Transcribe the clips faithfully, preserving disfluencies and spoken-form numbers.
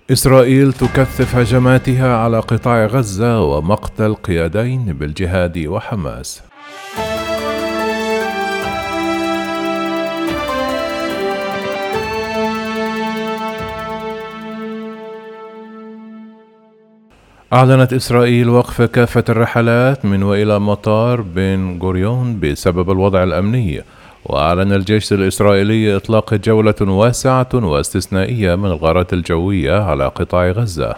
إسرائيل تكثف هجماتها على قطاع غزة ومقتل قيادين بالجهاد وحماس. أعلنت إسرائيل وقف كافة الرحلات من وإلى مطار بن غوريون بسبب الوضع الأمني، وأعلن الجيش الإسرائيلي إطلاق جولة واسعة واستثنائية من الغارات الجوية على قطاع غزة.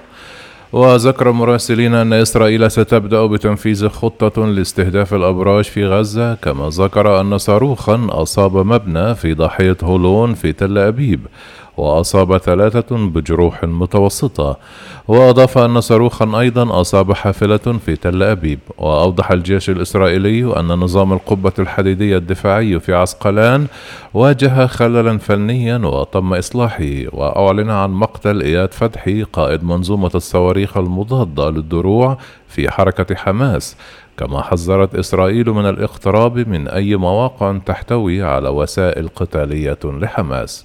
وذكر المراسلين أن إسرائيل ستبدأ بتنفيذ خطة لاستهداف الأبراج في غزة، كما ذكر أن صاروخا أصاب مبنى في ضاحية هولون في تل أبيب وأصاب ثلاثة بجروح متوسطة. وأضاف أن صاروخا أيضا أصاب حافلة في تل أبيب. وأوضح الجيش الإسرائيلي أن نظام القبة الحديدية الدفاعي في عسقلان واجه خللا فنيا وتم إصلاحه. وأعلن عن مقتل إياد فتحي قائد منظومة الصواريخ المضادة للدروع في حركة حماس. كما حذرت إسرائيل من الاقتراب من أي مواقع تحتوي على وسائل قتالية لحماس.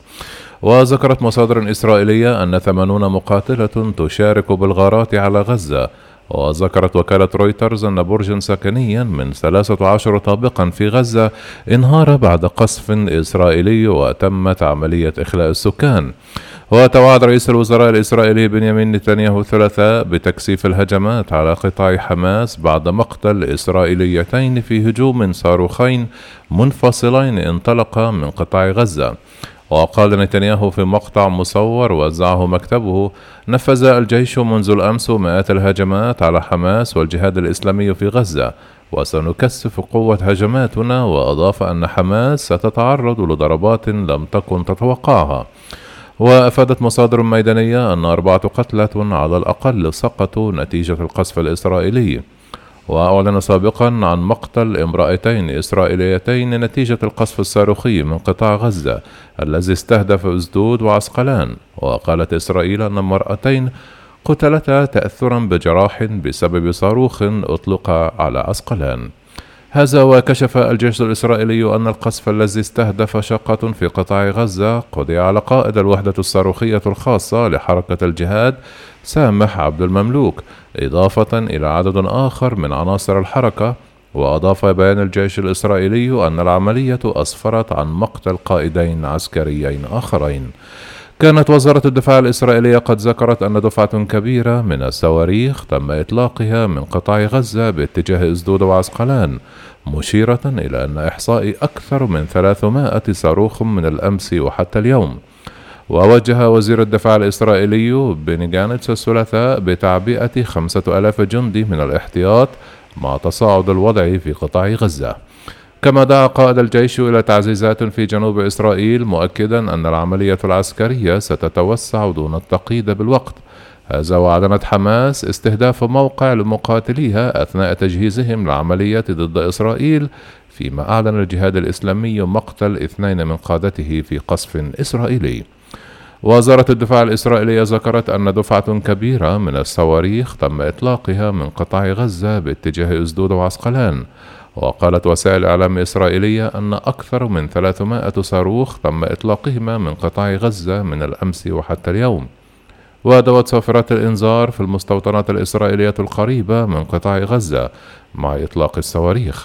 وذكرت مصادر إسرائيلية أن ثمانين مقاتلة تشارك بالغارات على غزة. وذكرت وكالة رويترز أن برجا سكنيا من ثلاثة عشر طابقا في غزة انهار بعد قصف إسرائيلي وتمت عملية إخلاء السكان. وتوعد رئيس الوزراء الإسرائيلي بنيامين نتنياهو الثلاثاء بتكثيف الهجمات على قطاع حماس بعد مقتل إسرائيليتين في هجوم صاروخين منفصلين انطلقا من قطاع غزة. وقال نتنياهو في مقطع مصور وزعه مكتبه: نفذ الجيش منذ الأمس مئات الهجمات على حماس والجهاد الإسلامي في غزة، وسنكثف قوة هجماتنا. وأضاف أن حماس ستتعرض لضربات لم تكن تتوقعها. وأفادت مصادر ميدانية أن أربعة قتلى على الأقل سقطوا نتيجة القصف الإسرائيلي. وأعلن سابقا عن مقتل امرأتين إسرائيليتين نتيجة القصف الصاروخي من قطاع غزة الذي استهدف أسدود وعسقلان. وقالت إسرائيل أن المرأتين قتلتا تأثرا بجراح بسبب صاروخ أطلق على عسقلان. هذا وكشف الجيش الإسرائيلي أن القصف الذي استهدف شقة في قطاع غزة قضي على قائد الوحدة الصاروخية الخاصة لحركة الجهاد سامح عبد المملوك، إضافة إلى عدد آخر من عناصر الحركة. وأضاف بيان الجيش الإسرائيلي أن العملية أسفرت عن مقتل قائدين عسكريين آخرين. كانت وزارة الدفاع الإسرائيلية قد ذكرت أن دفعة كبيرة من الصواريخ تم إطلاقها من قطاع غزة باتجاه أسدود وعسقلان، مشيرة إلى أن إحصاء أكثر من ثلاثمائة صاروخ من الأمس وحتى اليوم. ووجه وزير الدفاع الإسرائيلي بني جانتس الثلاثاء بتعبئة خمسة آلاف جندي من الاحتياط مع تصاعد الوضع في قطاع غزة. كما دعا قائد الجيش إلى تعزيزات في جنوب إسرائيل، مؤكدا أن العملية العسكرية ستتوسع دون التقييد بالوقت. هذا وأعلنت حماس استهداف موقع لمقاتليها أثناء تجهيزهم لعملية ضد إسرائيل، فيما أعلن الجهاد الإسلامي مقتل اثنين من قادته في قصف إسرائيلي. وزارة الدفاع الإسرائيلية ذكرت أن دفعة كبيرة من الصواريخ تم إطلاقها من قطاع غزة باتجاه أسدود وعسقلان. وقالت وسائل إعلام إسرائيلية أن أكثر من ثلاثمائة صاروخ تم إطلاقهما من قطاع غزة من الأمس وحتى اليوم. ودوت صافرات الإنذار في المستوطنات الإسرائيلية القريبة من قطاع غزة مع إطلاق الصواريخ.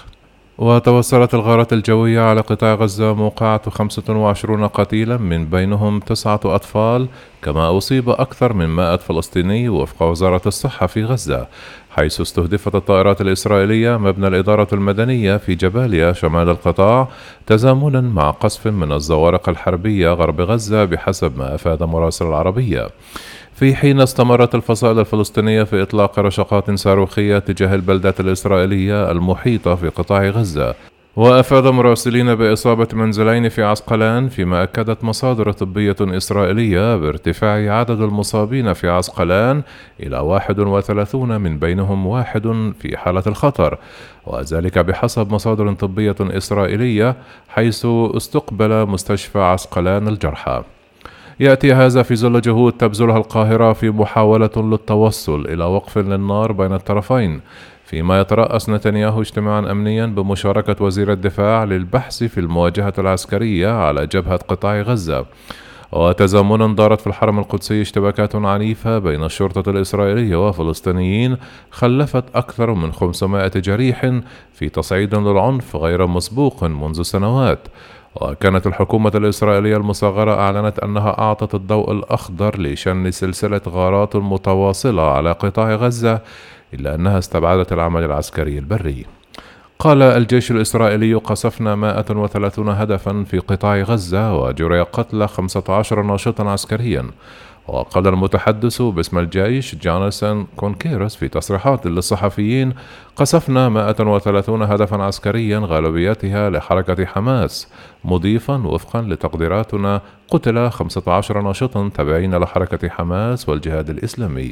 وتوصلت الغارات الجوية على قطاع غزة موقعة خمسة وعشرين قتيلا من بينهم تسعة أطفال، كما أصيب أكثر من مائة فلسطيني وفق وزارة الصحة في غزة، حيث استهدفت الطائرات الإسرائيلية مبنى الإدارة المدنية في جباليا شمال القطاع تزامنا مع قصف من الزوارق الحربية غرب غزة بحسب ما أفاد مراسل العربية، في حين استمرت الفصائل الفلسطينية في إطلاق رشقات صاروخية تجاه البلدات الإسرائيلية المحيطة في قطاع غزة. وأفاد مراسلين بإصابة منزلين في عسقلان، فيما أكدت مصادر طبية إسرائيلية بارتفاع عدد المصابين في عسقلان إلى واحد وثلاثين، من بينهم واحد في حالة الخطر، وذلك بحسب مصادر طبية إسرائيلية، حيث استقبل مستشفى عسقلان الجرحى. يأتي هذا في ظل جهود تبذلها القاهرة في محاولة للتوصل إلى وقف للنار بين الطرفين، فيما يترأس نتنياهو اجتماعا أمنيا بمشاركة وزير الدفاع للبحث في المواجهة العسكرية على جبهة قطاع غزة. وتزامنا دارت في الحرم القدسي اشتباكات عنيفة بين الشرطة الإسرائيلية وفلسطينيين خلفت أكثر من خمسمائة جريح في تصعيد للعنف غير مسبوق منذ سنوات. وكانت الحكومة الإسرائيلية المصغرة أعلنت أنها أعطت الضوء الأخضر لشن سلسلة غارات متواصلة على قطاع غزة، إلا أنها استبعدت العمل العسكري البري. قال الجيش الإسرائيلي: قصفنا مائة وثلاثين هدفا في قطاع غزة وجري قتل خمسة عشر ناشطا عسكريا. وقال المتحدث باسم الجيش جوناثان كونكيرس في تصريحات للصحفيين: قصفنا مائة وثلاثين هدفا عسكريا غالبيتها لحركة حماس، مضيفا: وفقا لتقديراتنا قتل خمسة عشر ناشطا تابعين لحركة حماس والجهاد الإسلامي.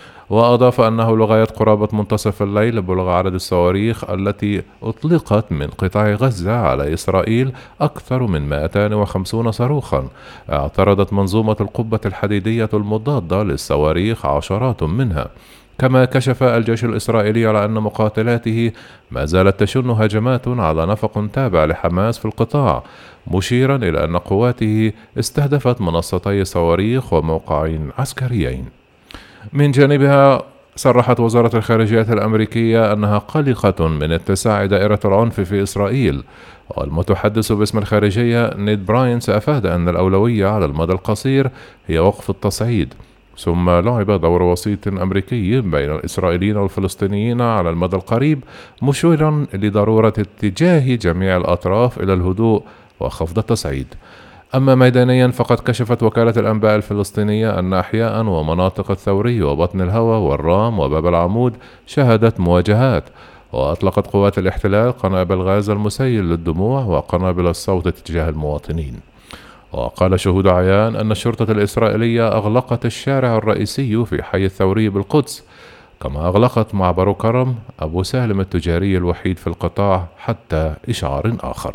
وأضاف أنه لغاية قرابة منتصف الليل بلغ عدد الصواريخ التي أطلقت من قطاع غزة على إسرائيل أكثر من مئتين وخمسين صاروخا. اعترضت منظومة القبة الحديدية المضادة للصواريخ عشرات منها. كما كشف الجيش الإسرائيلي على أن مقاتلاته ما زالت تشن هجمات على نفق تابع لحماس في القطاع، مشيرا إلى أن قواته استهدفت منصتي صواريخ وموقعين عسكريين. من جانبها صرحت وزارة الخارجية الأمريكية أنها قلقة من اتساع دائرة العنف في إسرائيل. والمتحدث باسم الخارجية نيد براينس أفاد أن الأولوية على المدى القصير هي وقف التصعيد، ثم لعب دور وسيط أمريكي بين الإسرائيليين والفلسطينيين على المدى القريب، مشيرا لضرورة اتجاه جميع الأطراف إلى الهدوء وخفض التصعيد. أما ميدانيا فقد كشفت وكالة الأنباء الفلسطينية أن أحياء ومناطق الثوري وبطن الهوى والرام وباب العمود شهدت مواجهات. وأطلقت قوات الاحتلال قنابل غاز المسيل للدموع وقنابل الصوت تجاه المواطنين. وقال شهود عيان أن الشرطة الإسرائيلية أغلقت الشارع الرئيسي في حي الثوري بالقدس، كما أغلقت معبر كرم أبو سالم التجاري الوحيد في القطاع حتى إشعار آخر.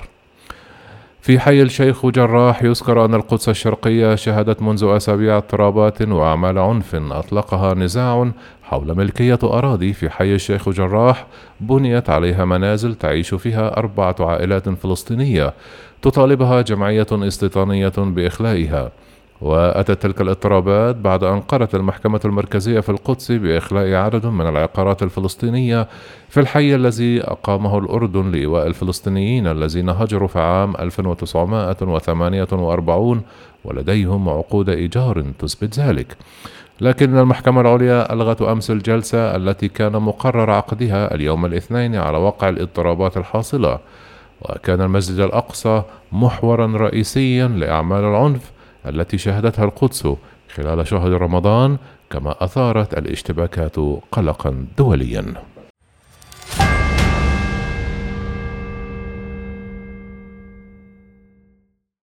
في حي الشيخ جراح يذكر أن القدس الشرقية شهدت منذ أسابيع اضطرابات وأعمال عنف أطلقها نزاع حول ملكية أراضي في حي الشيخ جراح بنيت عليها منازل تعيش فيها أربعة عائلات فلسطينية تطالبها جمعية استيطانية بإخلائها. وأتت تلك الاضطرابات بعد أن قررت المحكمة المركزية في القدس بإخلاء عدد من العقارات الفلسطينية في الحي الذي أقامه الأردن لإيواء الفلسطينيين الذين هجروا في عام ألف وتسعمائة وثمانية وأربعين ولديهم عقود إيجار تثبت ذلك. لكن المحكمة العليا ألغت أمس الجلسة التي كان مقرر عقدها اليوم الاثنين على وقع الاضطرابات الحاصلة. وكان المسجد الأقصى محورا رئيسيا لأعمال العنف التي شهدتها القدس خلال شهر رمضان، كما أثارت الاشتباكات قلقا دوليا.